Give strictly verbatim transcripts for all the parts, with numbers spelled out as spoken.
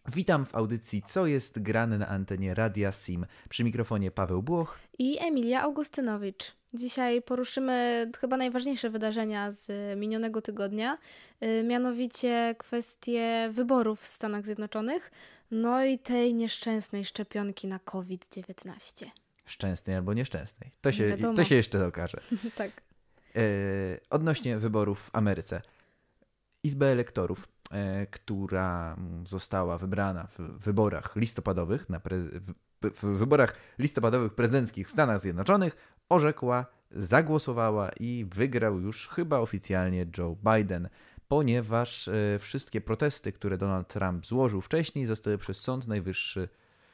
Witam w audycji Co jest grane na antenie Radia S I M. Przy mikrofonie Paweł Błoch i Emilia Augustynowicz. Dzisiaj poruszymy chyba najważniejsze wydarzenia z minionego tygodnia, mianowicie kwestie wyborów w Stanach Zjednoczonych, no i tej nieszczęsnej szczepionki na kowid dziewiętnaście. Szczęsnej albo nieszczęsnej. To się, to się jeszcze okaże. Tak. E, odnośnie wyborów w Ameryce. Izba Elektorów, e, która została wybrana w wyborach listopadowych, na pre, w, w wyborach listopadowych prezydenckich w Stanach Zjednoczonych, orzekła, zagłosowała i wygrał już chyba oficjalnie Joe Biden, ponieważ e, wszystkie protesty, które Donald Trump złożył wcześniej, zostały przez Sąd Najwyższy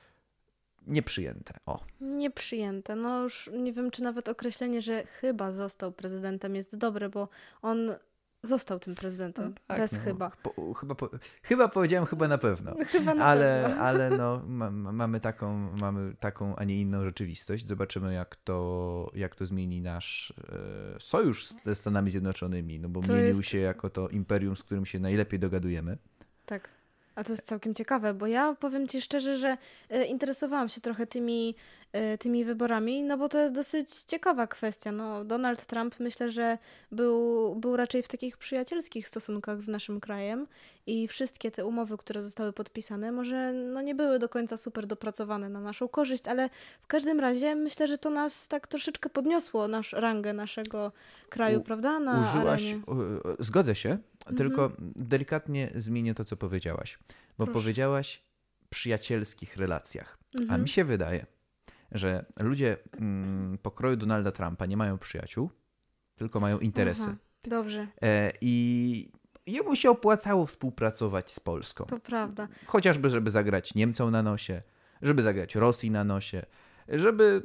nieprzyjęte. O. Nieprzyjęte. No już nie wiem, czy nawet określenie, że chyba został prezydentem jest dobre, bo on został tym prezydentem. No tak, bez no, chyba. Po, chyba, po, chyba powiedziałem chyba na pewno. Chyba na ale, pewno. Ale no, ma, mamy, taką, mamy taką, a nie inną rzeczywistość. Zobaczymy, jak to, jak to zmieni nasz e, sojusz ze Stanami Zjednoczonymi, no bo Co mienił jest... się jako to imperium, z którym się najlepiej dogadujemy. Tak. A to jest całkiem ciekawe, bo ja powiem Ci szczerze, że e, interesowałam się trochę tymi, e, tymi wyborami, no bo to jest dosyć ciekawa kwestia. No, Donald Trump myślę, że był, był raczej w takich przyjacielskich stosunkach z naszym krajem i wszystkie te umowy, które zostały podpisane, może no, nie były do końca super dopracowane na naszą korzyść, ale w każdym razie myślę, że to nas tak troszeczkę podniosło, nasz rangę naszego kraju, U, prawda? Na użyłaś, arenie. U, zgodzę się, mhm. tylko delikatnie zmienię to, co powiedziałaś. Bo Proszę. powiedziałaś przyjacielskich relacjach. Mhm. A mi się wydaje, że ludzie mm, pokroju Donalda Trumpa nie mają przyjaciół, tylko mają interesy. Aha, dobrze. E, I jemu się opłacało współpracować z Polską. To prawda. Chociażby, żeby zagrać Niemcom na nosie, żeby zagrać Rosji na nosie, żeby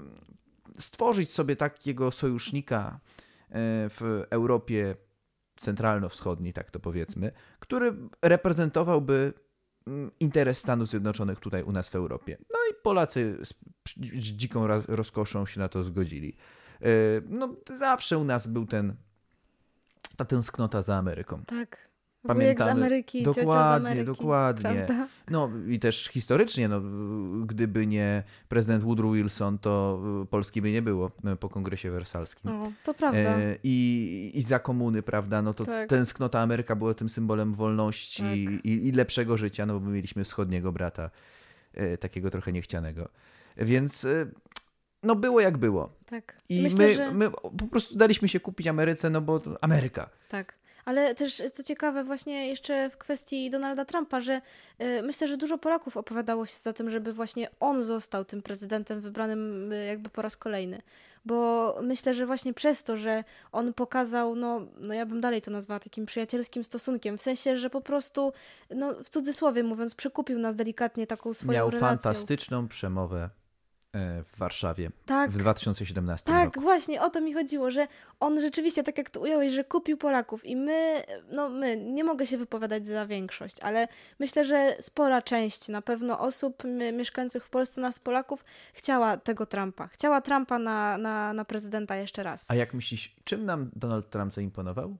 stworzyć sobie takiego sojusznika w Europie centralno-wschodniej, tak to powiedzmy, który reprezentowałby interes Stanów Zjednoczonych tutaj u nas w Europie. No i Polacy z, z dziką rozkoszą się na to zgodzili. No zawsze u nas był ten, ta tęsknota za Ameryką. Tak. Pamiętamy. Wujek z Ameryki, dokładnie, ciocia z Ameryki. Dokładnie, prawda? No i też historycznie, no, gdyby nie prezydent Woodrow Wilson, to Polski by nie było po kongresie wersalskim. O, to prawda. E, i, I za komuny, prawda, no to tak. tęsknota Ameryka była tym symbolem wolności tak. i, i lepszego życia, no bo my mieliśmy wschodniego brata, e, takiego trochę niechcianego. Więc e, no było jak było. Tak. I Myślę, my, że... my po prostu daliśmy się kupić Ameryce, no bo to Ameryka. Tak. Ale też, co ciekawe, właśnie jeszcze w kwestii Donalda Trumpa, że y, myślę, że dużo Polaków opowiadało się za tym, żeby właśnie on został tym prezydentem wybranym y, jakby po raz kolejny. Bo myślę, że właśnie przez to, że on pokazał, no, no ja bym dalej to nazwała takim przyjacielskim stosunkiem, w sensie, że po prostu, no w cudzysłowie mówiąc, przekupił nas delikatnie taką swoją Miał relacją. Miał fantastyczną przemowę w Warszawie tak, w dwa tysiące siedemnastym tak, roku. Tak, właśnie o to mi chodziło, że on rzeczywiście, tak jak tu ująłeś, że kupił Polaków i my, no my, nie mogę się wypowiadać za większość, ale myślę, że spora część na pewno osób my, mieszkających w Polsce, nas Polaków, chciała tego Trumpa. Chciała Trumpa na, na, na prezydenta jeszcze raz. A jak myślisz, czym nam Donald Trump zaimponował?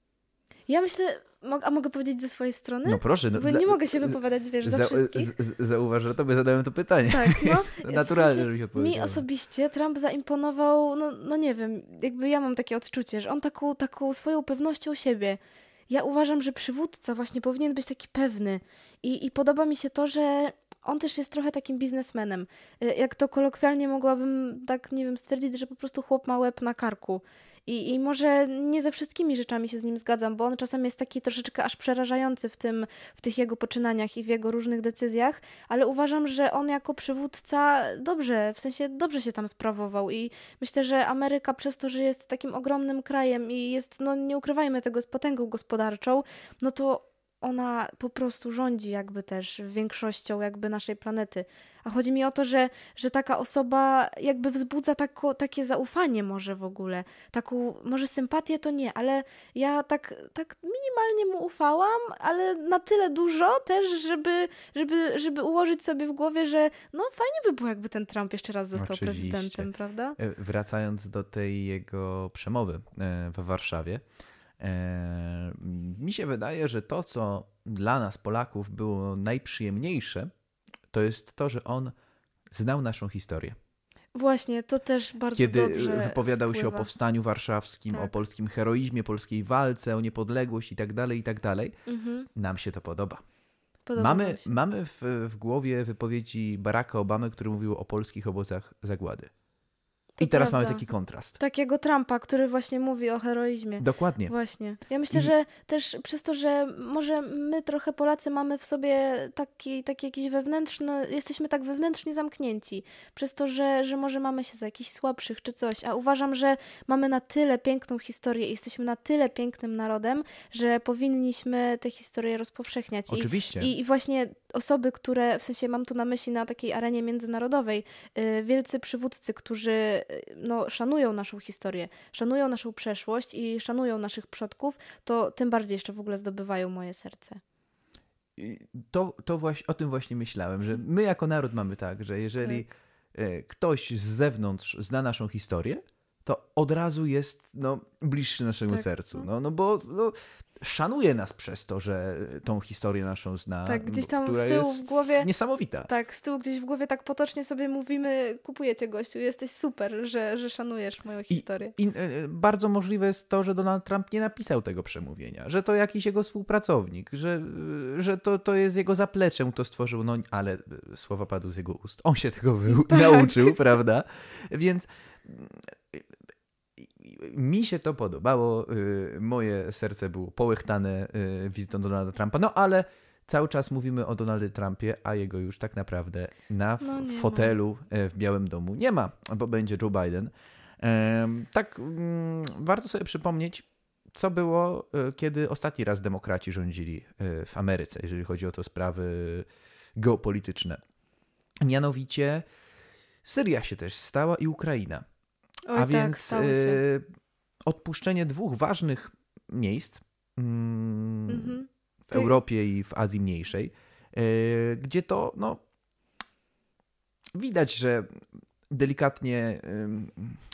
Ja myślę, a mogę powiedzieć ze swojej strony? No proszę. No, Bo dla, nie mogę się wypowiadać, wiesz, za, za wszystkich. Z, z, zauważ, że tobie zadałem to pytanie. Tak, no. Naturalnie, w sensie, żebyś odpowiedział. Mi osobiście Trump zaimponował, no, no nie wiem, jakby ja mam takie odczucie, że on taką, taką swoją pewnością siebie. Ja uważam, że przywódca właśnie powinien być taki pewny. I, i podoba mi się to, że on też jest trochę takim biznesmenem. Jak to kolokwialnie mogłabym tak, nie wiem, stwierdzić, że po prostu chłop ma łeb na karku. I, I może nie ze wszystkimi rzeczami się z nim zgadzam, bo on czasem jest taki troszeczkę aż przerażający w tym, w tych jego poczynaniach i w jego różnych decyzjach, ale uważam, że on jako przywódca dobrze, w sensie dobrze się tam sprawował i myślę, że Ameryka przez to, że jest takim ogromnym krajem i jest, no nie ukrywajmy tego, z potęgą gospodarczą, no to ona po prostu rządzi jakby też większością jakby naszej planety. A chodzi mi o to, że, że taka osoba jakby wzbudza tako, takie zaufanie może w ogóle. Taką, może sympatię to nie, ale ja tak, tak minimalnie mu ufałam, ale na tyle dużo też, żeby, żeby, żeby ułożyć sobie w głowie, że no fajnie by było, jakby ten Trump jeszcze raz został Oczywiście. prezydentem, prawda? Wracając do tej jego przemowy w Warszawie, mi się wydaje, że to, co dla nas, Polaków, było najprzyjemniejsze, to jest to, że on znał naszą historię. Właśnie, to też bardzo Kiedy dobrze wypowiadał wpływa. się o powstaniu warszawskim, Tak. o polskim heroizmie, polskiej walce, o niepodległość i tak dalej, i tak dalej. Mhm. Nam się to podoba. Podoba Mamy, nam się. mamy w, w głowie wypowiedzi Baracka Obamy, który mówił o polskich obozach zagłady. To I teraz prawda. mamy taki kontrast. Takiego Trumpa, który właśnie mówi o heroizmie. Dokładnie. Właśnie. Ja myślę, I- że też przez to, że może my trochę Polacy mamy w sobie taki, taki jakiś wewnętrzny, jesteśmy tak wewnętrznie zamknięci. Przez to, że, że może mamy się za jakichś słabszych czy coś. A uważam, że mamy na tyle piękną historię i jesteśmy na tyle pięknym narodem, że powinniśmy tę historię rozpowszechniać. I, Oczywiście. i, I właśnie osoby, które, w sensie mam tu na myśli na takiej arenie międzynarodowej, yy, wielcy przywódcy, którzy yy, no, szanują naszą historię, szanują naszą przeszłość i szanują naszych przodków, to tym bardziej jeszcze w ogóle zdobywają moje serce. I To, to właśnie, o tym właśnie myślałem, że my jako naród mamy tak, że jeżeli Tak. e, ktoś z zewnątrz zna naszą historię, to od razu jest no, bliższy naszemu Tak, sercu. no. No, no bo no, szanuje nas przez to, że tą historię naszą zna, Tak, gdzieś tam która z tyłu jest w głowie- niesamowita. Tak, z tyłu gdzieś w głowie tak potocznie sobie mówimy, kupuję cię gościu, jesteś super, że, że szanujesz moją historię. I e, bardzo możliwe jest to, że Donald Trump nie napisał tego przemówienia, że to jakiś jego współpracownik, że, e, że to, to jest jego zapleczem, kto stworzył, no ale e, słowa padły z jego ust. On się tego wy- Tak. nauczył, prawda? Więc e, mi się to podobało, e, moje serce było połechtane e, wizytą Donalda Trumpa, no ale cały czas mówimy o Donaldzie Trumpie, a jego już tak naprawdę na f- No nie ma. fotelu e, w Białym Domu nie ma, bo będzie Joe Biden. Em, Tak, mm, warto sobie przypomnieć, co było, e, kiedy ostatni raz demokraci rządzili e, w Ameryce, jeżeli chodzi o to sprawy geopolityczne. Mianowicie Syria się też stała i Ukraina. Oj, A tak, więc stało się. e, odpuszczenie dwóch ważnych miejsc mm, Mhm. w Europie i w Azji Mniejszej, e, gdzie to no, widać, że delikatnie, ym,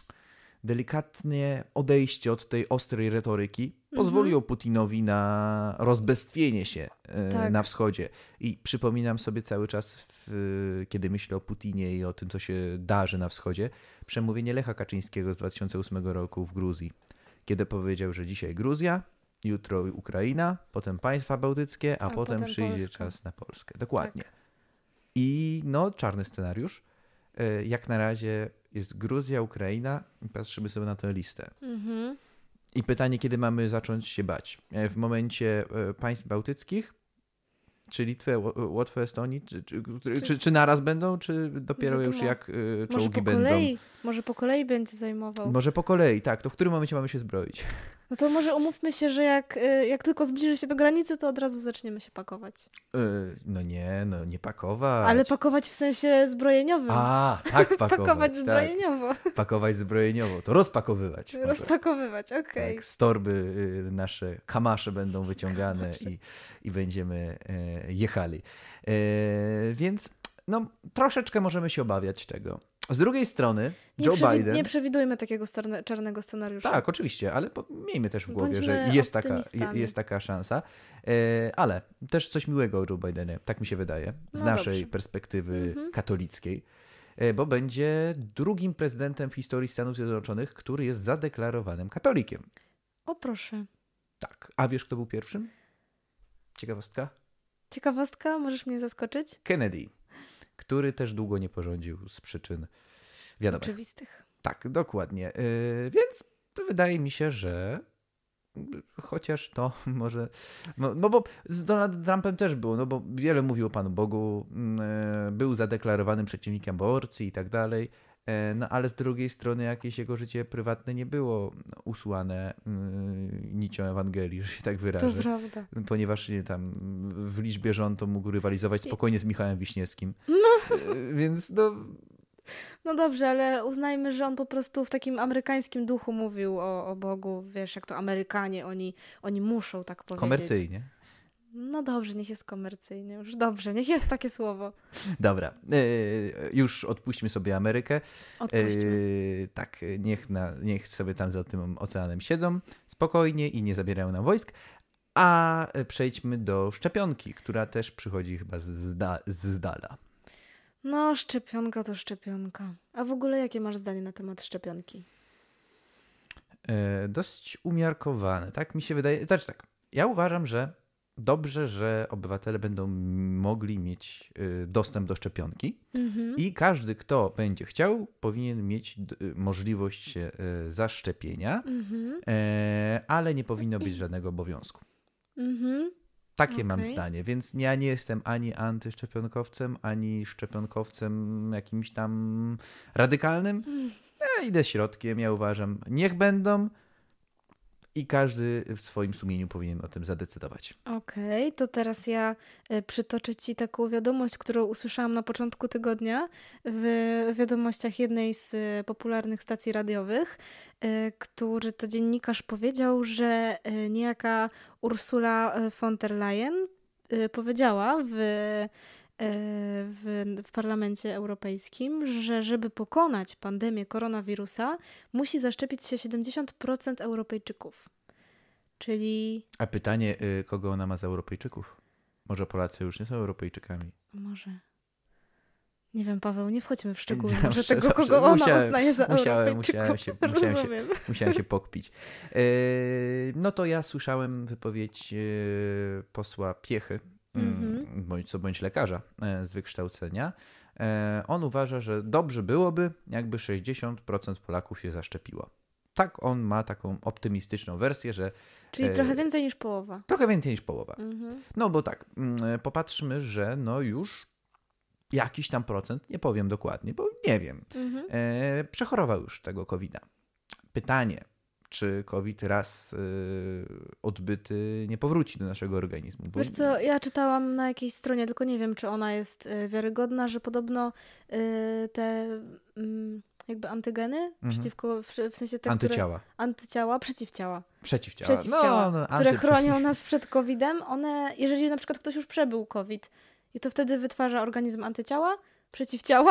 delikatnie odejście od tej ostrej retoryki pozwoliło Putinowi na rozbestwienie się e, Tak. na wschodzie. I przypominam sobie cały czas, w, kiedy myślę o Putinie i o tym, co się darzy na wschodzie, przemówienie Lecha Kaczyńskiego z dwa tysiące ósmego roku w Gruzji, kiedy powiedział, że dzisiaj Gruzja, jutro Ukraina, potem państwa bałtyckie, a, A potem, potem przyjdzie Polska. czas na Polskę. Dokładnie. Tak. I no, czarny scenariusz. E, Jak na razie jest Gruzja, Ukraina i patrzymy sobie na tę listę. Mhm. I pytanie, kiedy mamy zacząć się bać? E, W momencie e, państw bałtyckich, czy Litwy, Ł- Łotwy, Estonii, czy, czy, czy, czy, czy naraz będą, czy dopiero Wiadomo. już jak e, Może czołgi po będą? kolei, może po kolei będzie zajmował. Może po kolei, tak. To w którym momencie mamy się zbroić? No to może umówmy się, że jak, y, jak tylko zbliży się do granicy, to od razu zaczniemy się pakować. E, No nie, no nie pakować. Ale pakować w sensie zbrojeniowym. A, tak pakować. pakować tak. zbrojeniowo. Pakować zbrojeniowo. To rozpakowywać. może. Rozpakowywać, okej. Tak, z torby y, nasze kamasze będą wyciągane i, i będziemy e, jechali. E, więc no, troszeczkę możemy się obawiać tego. Z drugiej strony Nie, Joe przewi- Biden... nie przewidujmy takiego starne- czarnego scenariusza. Tak, oczywiście, ale po, miejmy też w głowie, Bądźmy że jest taka, je, optymistami. jest taka szansa. E, ale też coś miłego o Joe Bidenie, tak mi się wydaje, z No naszej dobrze. perspektywy Mhm. katolickiej, e, bo będzie drugim prezydentem w historii Stanów Zjednoczonych, który jest zadeklarowanym katolikiem. O proszę. Tak. A wiesz, kto był pierwszym? Ciekawostka? Ciekawostka, możesz mnie zaskoczyć? Kennedy, który też długo nie porządził z przyczyn wiadomych. Oczywistych. Tak, dokładnie. Yy, więc wydaje mi się, że chociaż to może... No, no bo z Donaldem Trumpem też było, no bo wiele mówił o Panu Bogu, yy, był zadeklarowanym przeciwnikiem aborcji i tak dalej, yy, no ale z drugiej strony jakieś jego życie prywatne nie było usłane yy, nicią Ewangelii, że się tak To wyrażę. prawda. Ponieważ nie, tam w liczbie żon to mógł rywalizować spokojnie z Michałem Wiśniewskim. E, Więc no, No dobrze, ale uznajmy, że on po prostu w takim amerykańskim duchu mówił o, o Bogu. Wiesz, jak to Amerykanie, oni, oni muszą tak powiedzieć. komercyjnie. No dobrze, niech jest komercyjnie. Już dobrze, niech jest takie słowo. Dobra, e, już odpuśćmy sobie Amerykę. Odpuśćmy. E, tak, niech, na, niech sobie tam za tym oceanem siedzą spokojnie i nie zabierają nam wojsk. A przejdźmy do szczepionki, która też przychodzi chyba z, da- z dala. No, szczepionka to szczepionka. A w ogóle jakie masz zdanie na temat szczepionki? E, dość umiarkowane, tak mi się wydaje. Znaczy tak, ja uważam, że dobrze, że obywatele będą mogli mieć y, dostęp do szczepionki Mhm. i każdy, kto będzie chciał, powinien mieć y, możliwość się y, zaszczepienia, Mhm. e, ale nie powinno być żadnego obowiązku. Mhm. Takie mam Okej. zdanie, więc ja nie jestem ani antyszczepionkowcem, ani szczepionkowcem jakimś tam radykalnym. Ja idę środkiem, ja uważam, niech będą i każdy w swoim sumieniu powinien o tym zadecydować. Okej, to teraz ja e, przytoczę Ci taką wiadomość, którą usłyszałam na początku tygodnia w wiadomościach jednej z e, popularnych stacji radiowych, e, który to dziennikarz powiedział, że e, niejaka Ursula e, von der Leyen e, powiedziała w, e, w, w Parlamencie Europejskim, że żeby pokonać pandemię koronawirusa, musi zaszczepić się siedemdziesiąt procent Europejczyków. Czyli A pytanie, y, kogo ona ma za Europejczyków? Może Polacy już nie są Europejczykami? może. Nie wiem, Paweł, nie wchodźmy w szczegóły. Dobrze, Może tego, dobrze. kogo ona Musiałem- uznaje za musiałem- Europejczyków. musiałem się- musiałem się- Rozumiem. Musiałem się pokpić. E, no to ja słyszałem wypowiedź e, posła Piechy, Mhm. bądź co bądź lekarza e, z wykształcenia. E, on uważa, że dobrze byłoby, jakby sześćdziesiąt procent Polaków się zaszczepiło. Tak, on ma taką optymistyczną wersję, że Czyli E, trochę więcej niż połowa. trochę więcej niż połowa. Mhm. No bo tak, mm, popatrzmy, że no już jakiś tam procent, nie powiem dokładnie, bo nie wiem, Mhm. e, przechorował już tego kowida. Pytanie, czy COVID raz e, odbyty nie powróci do naszego organizmu? Bo Wiesz co, ja czytałam na jakiejś stronie, tylko nie wiem, czy ona jest y, wiarygodna, że podobno y, te mm, jakby antygeny przeciwko, w, w sensie te, które... antyciała, Antyciała, przeciwciała. przeciwciała, Przeciwciała, no, no, które anty- chronią nas przed kowidem, one, jeżeli na przykład ktoś już przebył COVID i to wtedy wytwarza organizm antyciała, przeciwciała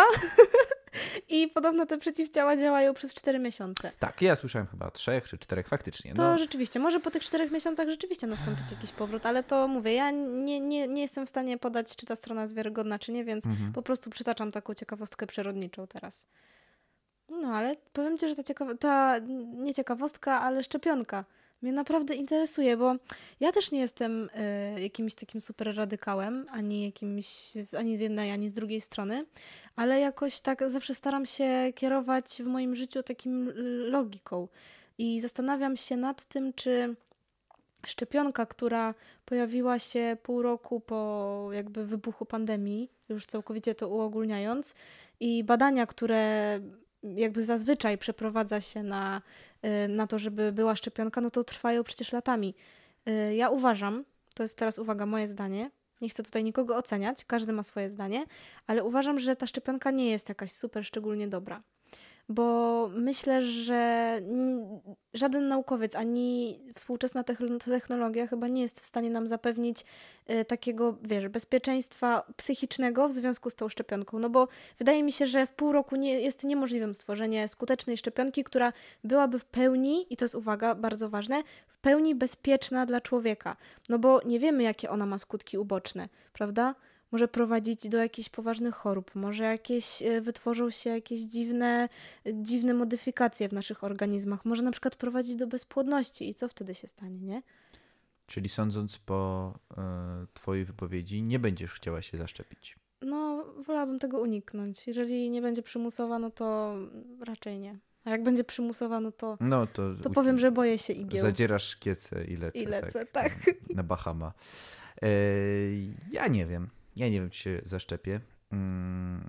i podobno te przeciwciała działają przez cztery miesiące. Tak, ja słyszałem chyba o trzech czy czterech faktycznie. To No, rzeczywiście, może po tych czterech miesiącach rzeczywiście nastąpić jakiś powrót, ale to mówię, ja nie, nie, nie jestem w stanie podać, czy ta strona jest wiarygodna, czy nie, więc mhm. po prostu przytaczam taką ciekawostkę przyrodniczą teraz. No ale powiem Ci, że ta, ciekawa- ta nie ciekawostka, ale szczepionka mnie naprawdę interesuje, bo ja też nie jestem y, jakimś takim super radykałem, ani jakimś, z, ani z jednej, ani z drugiej strony, ale jakoś tak zawsze staram się kierować w moim życiu takim y, logiką i zastanawiam się nad tym, czy szczepionka, która pojawiła się pół roku po jakby wybuchu pandemii, już całkowicie to uogólniając, i badania, które jakby zazwyczaj przeprowadza się na, y, na to, żeby była szczepionka, no to trwają przecież latami. Y, Ja uważam, to jest teraz uwaga, moje zdanie, nie chcę tutaj nikogo oceniać, każdy ma swoje zdanie, ale uważam, że ta szczepionka nie jest jakaś super szczególnie dobra. Bo myślę, że n- żaden naukowiec ani współczesna techn- technologia chyba nie jest w stanie nam zapewnić y, takiego, wiesz, bezpieczeństwa psychicznego w związku z tą szczepionką. No bo wydaje mi się, że w pół roku nie, jest niemożliwym stworzenie skutecznej szczepionki, która byłaby w pełni, i to jest uwaga, bardzo ważne, w pełni bezpieczna dla człowieka. No bo nie wiemy, jakie ona ma skutki uboczne, prawda? Może prowadzić do jakichś poważnych chorób, może jakieś y, wytworzą się jakieś dziwne, y, dziwne modyfikacje w naszych organizmach, może na przykład prowadzić do bezpłodności i co wtedy się stanie, nie? Czyli sądząc po e, twojej wypowiedzi, nie będziesz chciała się zaszczepić. No, wolałabym tego uniknąć. Jeżeli nie będzie przymusowa, no to raczej nie. A jak będzie przymusowa, no to, No to, to powiem, że boję się igieł. zadzierasz szkiece i lecę, I lecę, tak, tak. na Bahama. E, ja nie wiem. Ja nie wiem, czy się zaszczepię. Mm,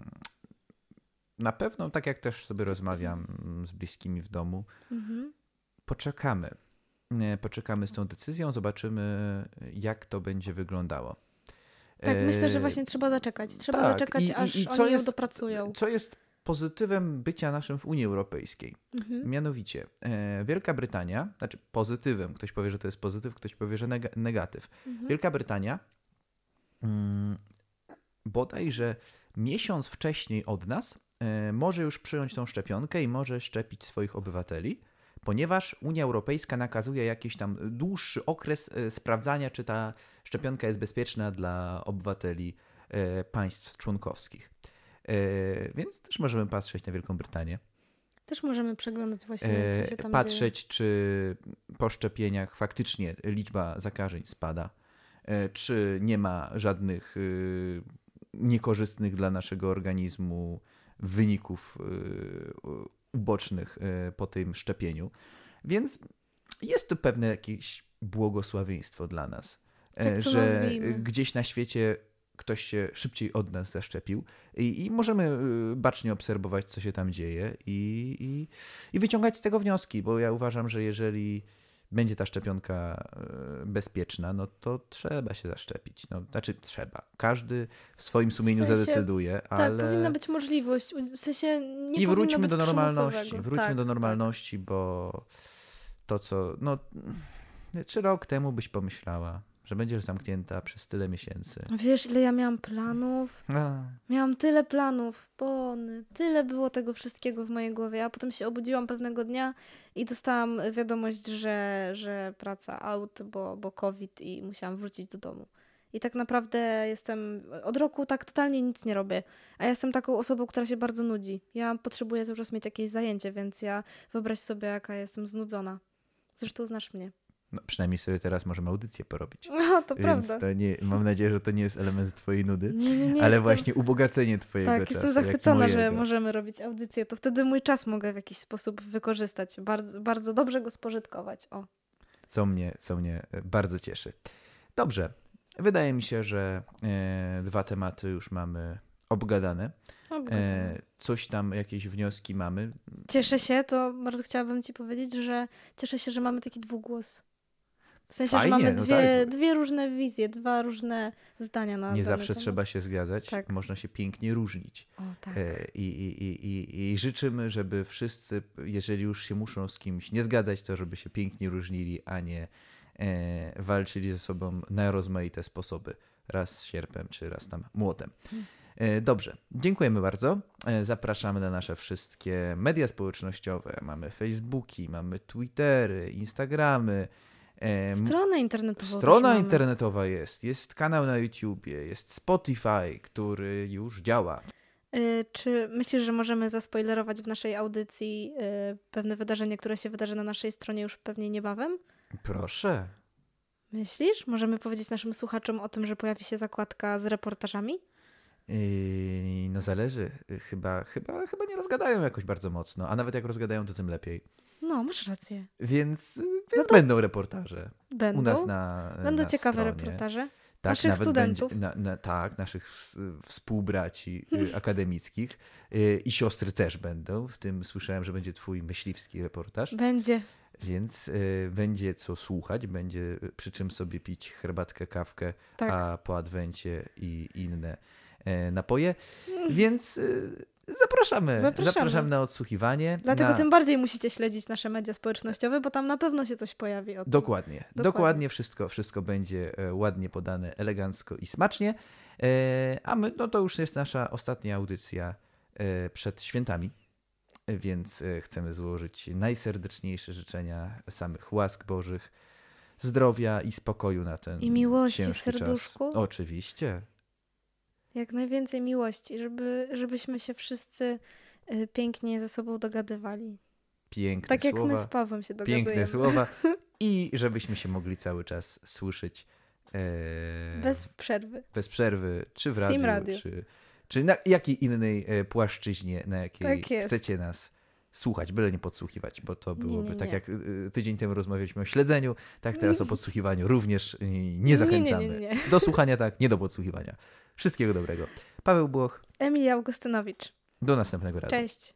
na pewno, tak jak też sobie rozmawiam z bliskimi w domu, Mhm. poczekamy. Nie, Poczekamy z tą decyzją, zobaczymy, jak to będzie wyglądało. Tak, E, myślę, że właśnie trzeba zaczekać. Trzeba tak, zaczekać, i- i- aż i co oni ją jest- dopracują. Co jest pozytywem bycia naszym w Unii Europejskiej? Mhm. Mianowicie, e, Wielka Brytania, znaczy pozytywem, ktoś powie, że to jest pozytyw, ktoś powie, że neg- negatyw. Mhm. Wielka Brytania mm, bodajże miesiąc wcześniej od nas e, może już przyjąć tą szczepionkę i może szczepić swoich obywateli, ponieważ Unia Europejska nakazuje jakiś tam dłuższy okres sprawdzania, czy ta szczepionka jest bezpieczna dla obywateli państw członkowskich. Więc też możemy patrzeć na Wielką Brytanię. Też możemy przeglądać właśnie, co się tam Patrzeć, dzieje. czy po szczepieniach faktycznie liczba zakażeń spada, czy nie ma żadnych niekorzystnych dla naszego organizmu wyników ubocznych po tym szczepieniu. Więc jest to pewne jakieś błogosławieństwo dla nas, tak to że nazwijmy. Gdzieś na świecie ktoś się szybciej od nas zaszczepił i, i możemy bacznie obserwować, co się tam dzieje i, i, i wyciągać z tego wnioski, bo ja uważam, że jeżeli będzie ta szczepionka bezpieczna, no to trzeba się zaszczepić. No, znaczy trzeba. Każdy w swoim sumieniu w sensie, zadecyduje, tak, ale... Tak, powinna być możliwość. W sensie nie I wróćmy być do normalności. przymusowego. Wróćmy tak, do normalności, tak. Bo to co... No, czy rok temu byś pomyślała, że będziesz zamknięta przez tyle miesięcy? Wiesz, ile ja miałam planów? A. Miałam tyle planów, bony, tyle było tego wszystkiego w mojej głowie. A potem się obudziłam pewnego dnia i dostałam wiadomość, że, że praca out, bo, bo COVID i musiałam wrócić do domu. I tak naprawdę jestem, od roku tak totalnie nic nie robię. A ja jestem taką osobą, która się bardzo nudzi. Ja potrzebuję cały czas mieć jakieś zajęcie, więc ja wyobraź sobie, jaka jestem znudzona. Zresztą znasz mnie. No, przynajmniej sobie teraz możemy audycję porobić. No, to Więc prawda. to nie, mam nadzieję, że to nie jest element twojej nudy, nie, nie, nie ale jestem... właśnie ubogacenie twojego tak, czasu. Tak, jestem zachwycona, że możemy robić audycję. To wtedy mój czas mogę w jakiś sposób wykorzystać. Bardzo, bardzo dobrze go spożytkować. O. Co mnie, co mnie bardzo cieszy. Dobrze. Wydaje mi się, że e, dwa tematy już mamy obgadane. obgadane. E, coś tam, jakieś wnioski mamy. Cieszę się, to bardzo chciałabym ci powiedzieć, że cieszę się, że mamy taki dwugłos. W sensie, Fajnie, że mamy no dwie, tak. dwie różne wizje, dwa różne zdania na Nie dany zawsze temat. trzeba się zgadzać. Tak. Można się pięknie różnić. O, tak. E, i, i, i, i, I życzymy, żeby wszyscy, jeżeli już się muszą z kimś nie zgadzać, to żeby się pięknie różnili, a nie e, walczyli ze sobą na rozmaite sposoby. Raz sierpem, czy raz tam młotem. E, dobrze, dziękujemy bardzo. E, zapraszamy na nasze wszystkie media społecznościowe. Mamy Facebooki, mamy Twittery, Instagramy. Stronę internetową. Strona internetowa jest, jest kanał na YouTubie, jest Spotify, który już działa. Yy, czy myślisz, że możemy zaspoilerować w naszej audycji yy, pewne wydarzenie, które się wydarzy na naszej stronie już pewnie niebawem? Proszę. Myślisz? Możemy powiedzieć naszym słuchaczom o tym, że pojawi się zakładka z reportażami? Yy, no zależy. Chyba, chyba, chyba nie rozgadają jakoś bardzo mocno, a nawet jak rozgadają, to tym lepiej. No, masz rację. Więc, więc no to... będą reportaże. Będą? U nas na Będą na ciekawe stronie. reportaże. Tak, naszych nawet studentów. Będzie, na, na, tak, naszych współbraci akademickich y, i siostry też będą. W tym słyszałem, że będzie twój myśliwski reportaż. Będzie. Więc y, będzie co słuchać, będzie przy czym sobie pić herbatkę, kawkę, tak. a po adwencie i inne y, napoje. Więc y, zapraszamy. zapraszamy. Zapraszamy na odsłuchiwanie. Dlatego na... tym bardziej musicie śledzić nasze media społecznościowe, bo tam na pewno się coś pojawi. O tym. Dokładnie. Dokładnie. Dokładnie wszystko, wszystko będzie ładnie podane, elegancko i smacznie. A my, no to już jest nasza ostatnia audycja przed świętami, więc chcemy złożyć najserdeczniejsze życzenia samych łask Bożych, zdrowia i spokoju na ten I miłości w ciężki serduszku. czas. Oczywiście. Jak najwięcej miłości, żeby, żebyśmy się wszyscy y, pięknie ze sobą dogadywali. Piękne tak słowa. Tak jak my z Pawłem się dogadujemy. Piękne słowa. I żebyśmy się mogli cały czas słyszeć. E, bez przerwy. Bez przerwy, czy w radiu, radiu. czy, czy na jakiej innej płaszczyźnie, na jakiej tak chcecie nas słuchać, byle nie podsłuchiwać, bo to byłoby nie, nie, nie. tak jak tydzień temu rozmawialiśmy o śledzeniu, tak teraz o podsłuchiwaniu również nie zachęcamy. Nie, nie, nie, nie. Do słuchania tak, nie do podsłuchiwania. Wszystkiego dobrego. Paweł Błoch. Emilia Augustynowicz. Do następnego razu. Cześć.